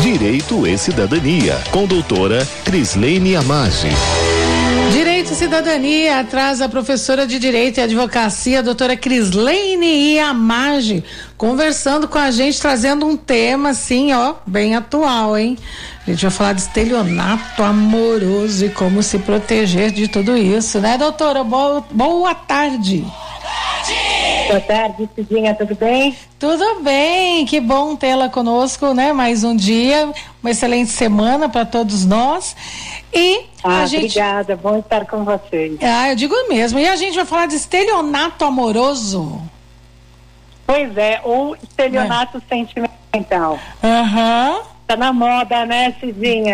Direito e Cidadania, com doutora Crislene Amage. Direito e Cidadania traz a professora de Direito e Advocacia, a doutora Crislene Amage, conversando com a gente, trazendo um tema assim, bem atual, hein? A gente vai falar de estelionato amoroso e como se proteger de tudo isso, né, doutora? Boa tarde. Boa tarde, Cidinha, tudo bem? Tudo bem, que bom tê-la conosco, né? Mais um dia, uma excelente semana para todos nós. E a gente... Obrigada, bom estar com vocês. Eu digo mesmo. E a gente vai falar de estelionato amoroso. Pois é, ou estelionato sentimental. Tá na moda, né, Cidinha?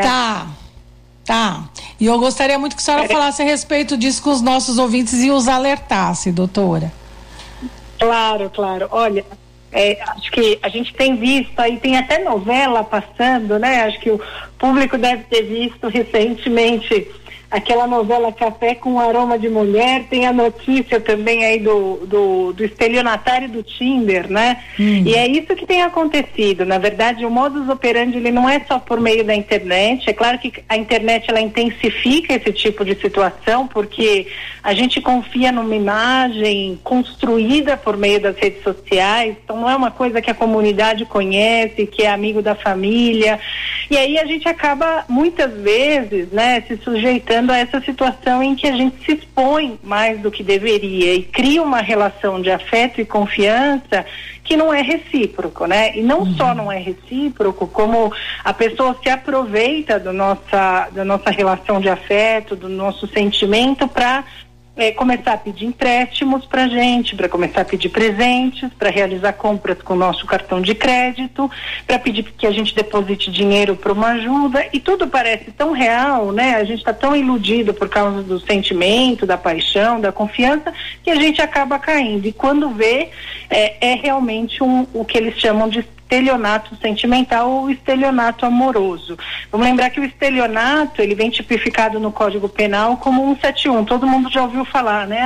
Tá. E eu gostaria muito que a senhora falasse a respeito disso com os nossos ouvintes e os alertasse, doutora. Claro. Olha, acho que a gente tem visto aí, tem até novela passando, né? Acho que o público deve ter visto recentemente aquela novela Café com Aroma de Mulher. Tem a notícia também aí do estelionatário do Tinder, né? E é isso que tem acontecido. Na verdade, o modus operandi, ele não é só por meio da internet. É claro que a internet, ela intensifica esse tipo de situação, porque a gente confia numa imagem construída por meio das redes sociais, então não é uma coisa que a comunidade conhece, que é amigo da família, e aí a gente acaba muitas vezes, né, se sujeitando a essa situação em que a gente se expõe mais do que deveria e cria uma relação de afeto e confiança que não é recíproco, né? E não só não é recíproco, como a pessoa se aproveita da nossa relação de afeto, do nosso sentimento para começar a pedir empréstimos pra gente, para começar a pedir presentes, para realizar compras com o nosso cartão de crédito, para pedir que a gente deposite dinheiro para uma ajuda, e tudo parece tão real, né? A gente está tão iludido por causa do sentimento, da paixão, da confiança, que a gente acaba caindo, e quando vê, é realmente o que eles chamam de estelionato sentimental ou estelionato amoroso. Vamos lembrar que o estelionato, ele vem tipificado no Código Penal como 171. Todo mundo já ouviu falar, né?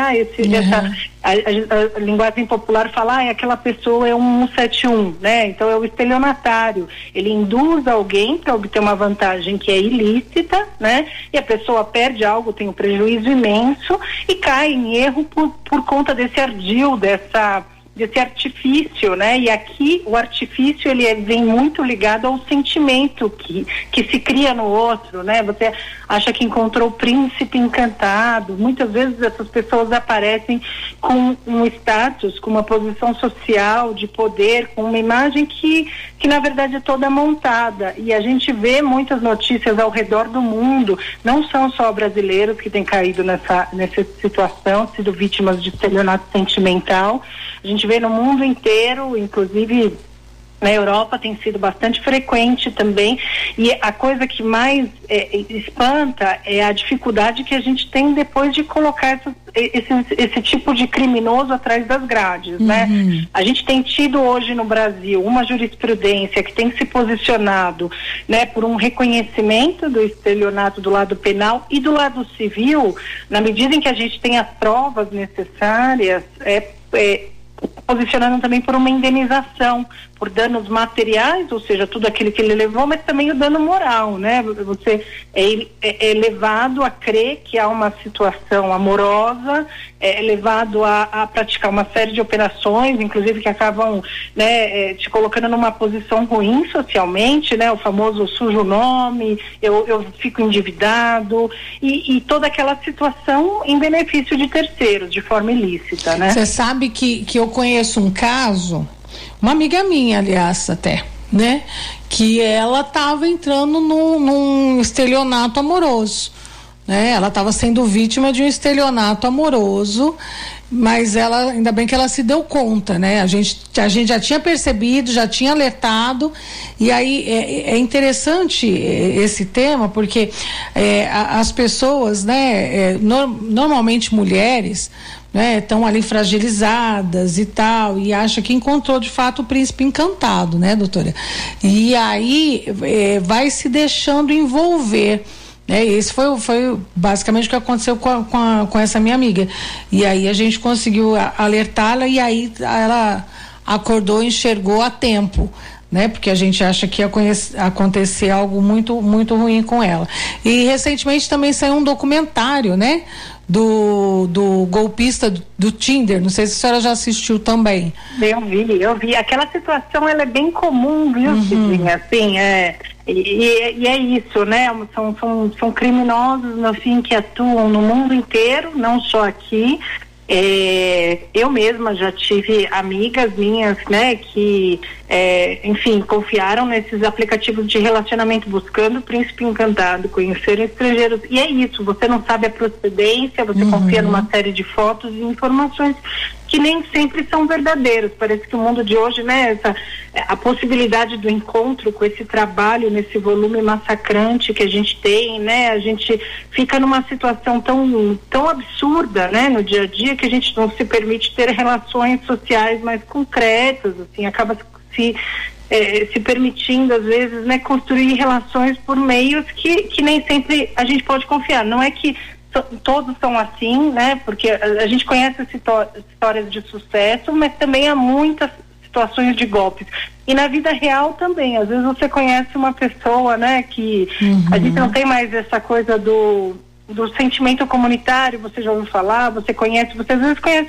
A linguagem popular fala, aquela pessoa é um 171, né? Então é o estelionatário. Ele induz alguém para obter uma vantagem que é ilícita, né? E a pessoa perde algo, tem um prejuízo imenso e cai em erro por conta desse ardil, desse artifício, né? E aqui o artifício, ele vem muito ligado ao sentimento que se cria no outro, né? Você acha que encontrou o príncipe encantado. Muitas vezes essas pessoas aparecem com um status, com uma posição social de poder, com uma imagem que na verdade é toda montada, e a gente vê muitas notícias ao redor do mundo. Não são só brasileiros que têm caído nessa situação, sido vítimas de estelionato sentimental. A gente vê no mundo inteiro, inclusive na Europa tem sido bastante frequente também, e a coisa que mais espanta é a dificuldade que a gente tem depois de colocar esse tipo de criminoso atrás das grades, né? A gente tem tido hoje no Brasil uma jurisprudência que tem se posicionado, né, por um reconhecimento do estelionato do lado penal e do lado civil, na medida em que a gente tem as provas necessárias, posicionando também por uma indenização por danos materiais, ou seja, tudo aquilo que ele levou, mas também o dano moral, né? Você é levado a crer que há uma situação amorosa, é levado a praticar uma série de operações, inclusive que acabam, né, te colocando numa posição ruim socialmente, né? O famoso sujo nome, eu fico endividado, e toda aquela situação em benefício de terceiros, de forma ilícita, né? Você sabe que eu conheço um caso, uma amiga minha, aliás, até, né? Que ela estava entrando num estelionato amoroso, né? Ela estava sendo vítima de um estelionato amoroso, mas ela, ainda bem que ela se deu conta, né? A gente já tinha percebido, já tinha alertado, e aí é interessante esse tema, porque as pessoas, né, normalmente mulheres, né, estão ali fragilizadas e tal, e acha que encontrou de fato o príncipe encantado, né, doutora? E aí vai se deixando envolver, né? Esse foi basicamente o que aconteceu com essa minha amiga. E aí a gente conseguiu alertá-la, e aí ela acordou e enxergou a tempo, né? Porque a gente acha que ia acontecer algo muito, muito ruim com ela. E recentemente também saiu um documentário, né? Do golpista do Tinder, não sei se a senhora já assistiu também. Eu vi. Aquela situação, ela é bem comum, viu, Cidinha? Assim, e é isso, né? São criminosos, no fim, que atuam no mundo inteiro, não só aqui. Eu mesma já tive amigas minhas, né, que, enfim, confiaram nesses aplicativos de relacionamento buscando o príncipe encantado, conhecer estrangeiros, e é isso, você não sabe a procedência, você confia numa série de fotos e informações que nem sempre são verdadeiros. Parece que o mundo de hoje, né, a possibilidade do encontro com esse trabalho, nesse volume massacrante que a gente tem, né, a gente fica numa situação tão absurda, né, no dia a dia, que a gente não se permite ter relações sociais mais concretas, assim, acaba se permitindo, às vezes, né, construir relações por meios que nem sempre a gente pode confiar. Não é que todos são assim, né? Porque a gente conhece histórias de sucesso, mas também há muitas situações de golpes. E na vida real também, às vezes você conhece uma pessoa, né, que a gente não tem mais essa coisa do sentimento comunitário, você já ouviu falar, você às vezes conhece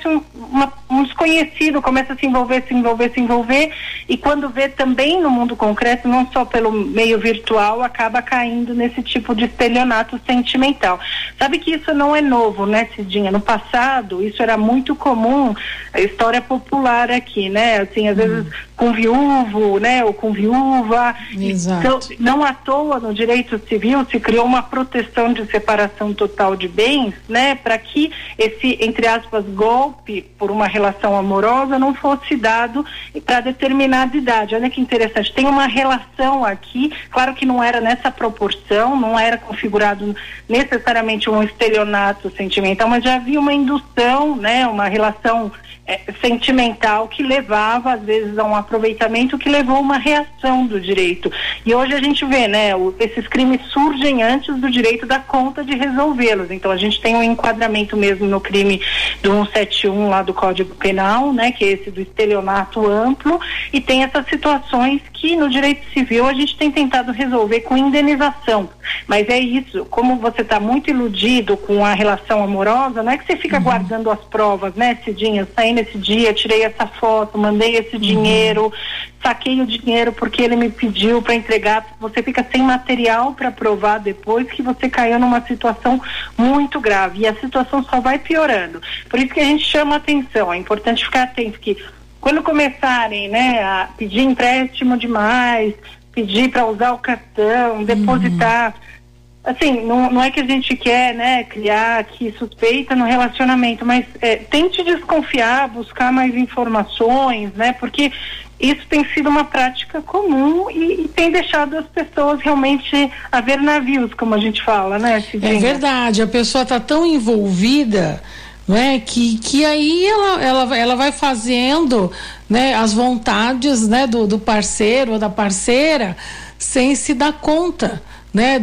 um desconhecido, começa a se envolver, e quando vê também no mundo concreto, não só pelo meio virtual, acaba caindo nesse tipo de estelionato sentimental. Sabe que isso não é novo, né, Cidinha? No passado, isso era muito comum, a história popular aqui, né, assim, às vezes com viúvo, né, ou com viúva. Exato. Então, não à toa, no direito civil, se criou uma proteção de separação total de bens, né, para que esse, entre aspas, golpe por uma relação amorosa não fosse dado para determinada idade. Olha que interessante, tem uma relação aqui, claro que não era nessa proporção, não era configurado necessariamente um estelionato sentimental, mas já havia uma indução, né, uma relação sentimental que levava, às vezes, a um aproveitamento que levou a uma reação do direito. E hoje a gente vê, né, esses crimes surgem antes do direito dar conta de resolvê-los. Então a gente tem um enquadramento mesmo no crime do 171 lá do Código Penal, né, que é esse do estelionato amplo, e tem essas situações que no direito civil a gente tem tentado resolver com indenização. Mas é isso, como você está muito iludido com a relação amorosa, não é que você fica guardando as provas, né, Cidinha? Saí nesse dia, tirei essa foto, mandei esse dinheiro, saquei o dinheiro porque ele me pediu para entregar. Você fica sem material para provar depois que você caiu numa situação muito grave, e a situação só vai piorando. Por isso que a gente chama a atenção, é importante ficar atento que quando começarem, né, a pedir empréstimo demais, pedir para usar o cartão, depositar, assim, não é que a gente quer, né, criar aqui suspeita no relacionamento, mas tente desconfiar, buscar mais informações, né, porque isso tem sido uma prática comum e tem deixado as pessoas realmente a ver navios, como a gente fala, né, Cidinha? É verdade, a pessoa está tão envolvida, né, que aí ela vai fazendo, né, as vontades, né, do parceiro ou da parceira sem se dar conta, né,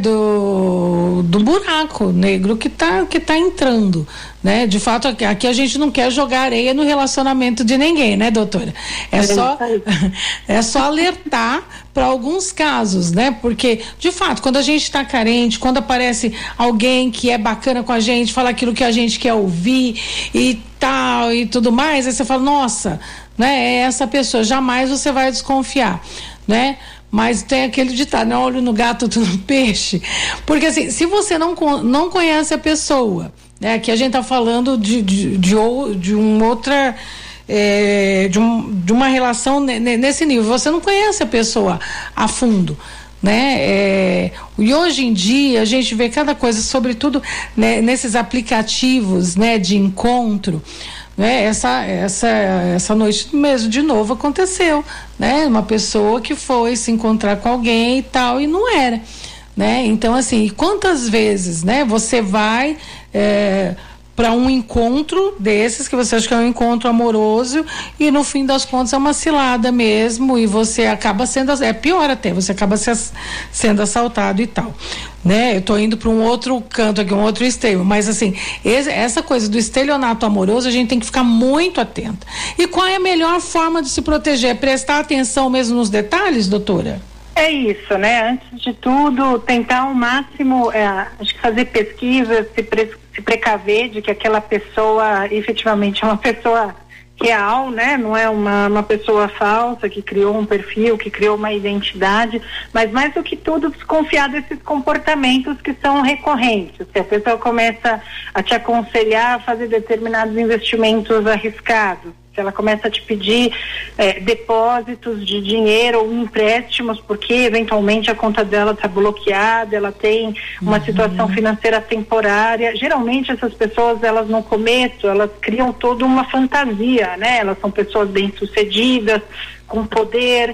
do buraco negro que tá entrando, né? De fato, aqui a gente não quer jogar areia no relacionamento de ninguém, né, doutora? É só alertar para alguns casos, né? Porque, de fato, quando a gente está carente, quando aparece alguém que é bacana com a gente, fala aquilo que a gente quer ouvir e tal e tudo mais, aí você fala, nossa, né? É essa pessoa, jamais você vai desconfiar, né? Mas tem aquele ditado, né? Olho no gato, tu no peixe. Porque assim, se você não conhece a pessoa, né? Que a gente tá falando de uma relação nesse nível, você não conhece a pessoa a fundo, né? E hoje em dia a gente vê cada coisa, sobretudo, né, nesses aplicativos, né, de encontro, né? Essa noite mesmo de novo aconteceu, né? Uma pessoa que foi se encontrar com alguém e tal, e não era, né? Então, assim, quantas vezes, né, você vai para um encontro desses, que você acha que é um encontro amoroso, e no fim das contas é uma cilada mesmo, e você acaba sendo, é pior até, você acaba sendo assaltado e tal, né? Eu tô indo para um outro canto aqui, um outro extremo, mas assim, essa coisa do estelionato amoroso, a gente tem que ficar muito atenta. E qual é a melhor forma de se proteger? É prestar atenção mesmo nos detalhes, doutora? É isso, né? Antes de tudo, tentar ao máximo, acho que fazer pesquisa, se precaver de que aquela pessoa efetivamente é uma pessoa real, né? Não é uma pessoa falsa que criou um perfil, que criou uma identidade, mas mais do que tudo, desconfiar desses comportamentos que são recorrentes. Se a pessoa começa a te aconselhar a fazer determinados investimentos arriscados, se ela começa a te pedir depósitos de dinheiro ou empréstimos, porque eventualmente a conta dela está bloqueada, ela tem uma situação financeira temporária. Geralmente essas pessoas, elas no começo, elas criam toda uma fantasia, né? Elas são pessoas bem-sucedidas, com poder,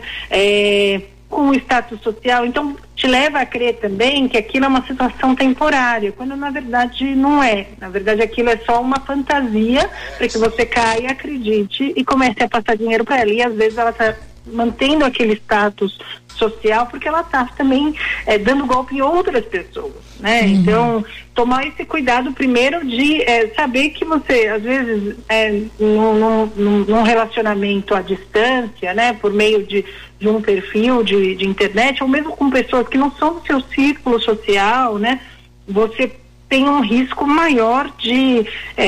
com status social, então te leva a crer também que aquilo é uma situação temporária, quando na verdade não é. Na verdade aquilo é só uma fantasia para que você caia, acredite e comece a passar dinheiro para ela, e às vezes ela está mantendo aquele status social porque ela está também dando golpe em outras pessoas, né? Então, tomar esse cuidado primeiro de saber que você, às vezes, num relacionamento à distância, né? Por meio de um perfil de internet, ou mesmo com pessoas que não são do seu círculo social, né? Você tem um risco maior de,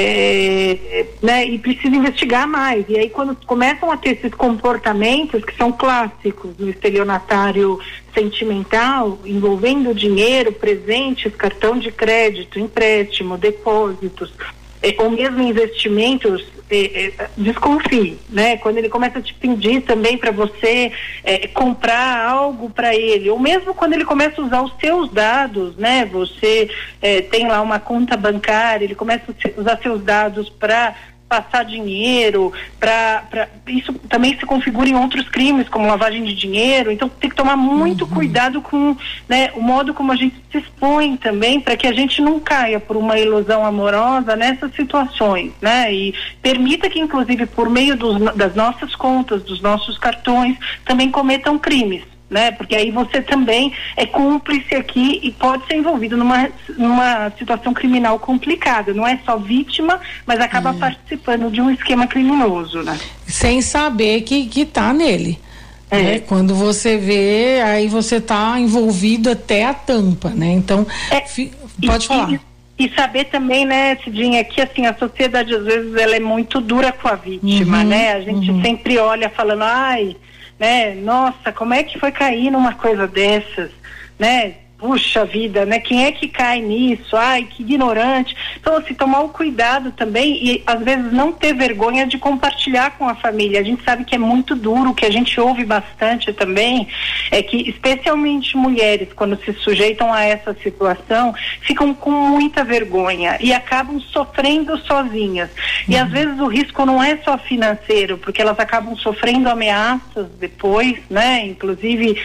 né, e precisa investigar mais. E aí, quando começam a ter esses comportamentos que são clássicos no estelionatário sentimental, envolvendo dinheiro, presentes, cartão de crédito, empréstimo, depósitos, ou mesmo investimentos, desconfie, né? Quando ele começa a te pedir também para você comprar algo para ele, ou mesmo quando ele começa a usar os seus dados, né? Você tem lá uma conta bancária, ele começa a usar seus dados para passar dinheiro, isso também se configura em outros crimes, como lavagem de dinheiro. Então tem que tomar muito cuidado com, né, o modo como a gente se expõe também, para que a gente não caia por uma ilusão amorosa nessas situações, né? E permita que, inclusive, por meio das nossas contas, dos nossos cartões, também cometam crimes, né? Porque aí você também é cúmplice aqui e pode ser envolvido numa situação criminal complicada. Não é só vítima, mas acaba participando de um esquema criminoso, né? Sem saber que tá nele. Né? Quando você vê, aí você tá envolvido até a tampa, né? Então, pode falar. E saber também, né, Cidinha, que assim, a sociedade às vezes ela é muito dura com a vítima, né? A gente sempre olha falando, ai, né, nossa, como é que foi cair numa coisa dessas, né? Puxa vida, né? Quem é que cai nisso? Ai, que ignorante. Então, assim, tomar o cuidado também e, às vezes, não ter vergonha de compartilhar com a família. A gente sabe que é muito duro, o que a gente ouve bastante também é que, especialmente mulheres, quando se sujeitam a essa situação, ficam com muita vergonha e acabam sofrendo sozinhas. E, às vezes, o risco não é só financeiro, porque elas acabam sofrendo ameaças depois, né? Inclusive,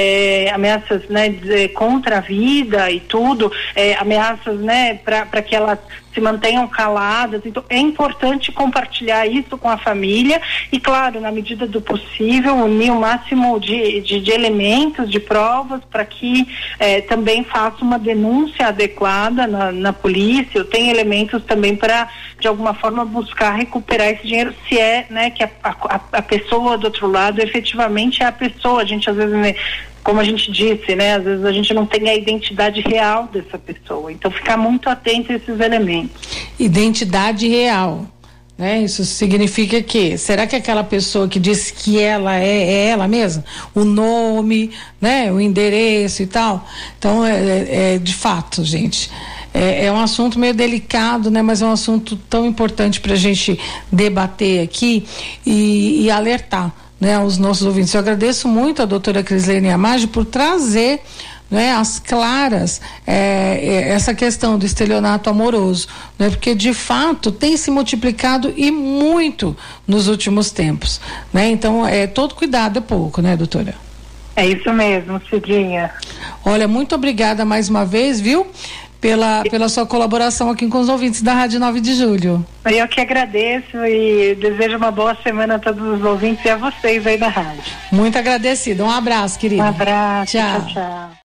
ameaças, né, contra a vida e tudo, ameaças, né, para que elas se mantenham caladas. Então é importante compartilhar isso com a família e, claro, na medida do possível, unir o máximo de elementos, de provas, para que também faça uma denúncia adequada na polícia. Tem elementos também para, de alguma forma, buscar recuperar esse dinheiro, se né, que a pessoa do outro lado efetivamente é a pessoa. A gente às vezes, né, como a gente disse, né, às vezes a gente não tem a identidade real dessa pessoa. Então, ficar muito atento a esses elementos. Identidade real, né? Isso significa que, será que aquela pessoa que diz que ela é ela mesma? O nome, né? O endereço e tal. Então, de fato, gente, é um assunto meio delicado, né? Mas é um assunto tão importante para a gente debater aqui e alertar, né, os nossos ouvintes. Eu agradeço muito a doutora Crislene Amage por trazer, né, as claras essa questão do estelionato amoroso, né, porque de fato tem se multiplicado e muito nos últimos tempos, né? Então todo cuidado é pouco, né, doutora? É isso mesmo, Cidinha. Olha, muito obrigada mais uma vez, viu? pela sua colaboração aqui com os ouvintes da Rádio 9 de Julho. Eu que agradeço e desejo uma boa semana a todos os ouvintes e a vocês aí da rádio. Muito agradecida. Um abraço, querida. Um abraço. Tchau. Tchau.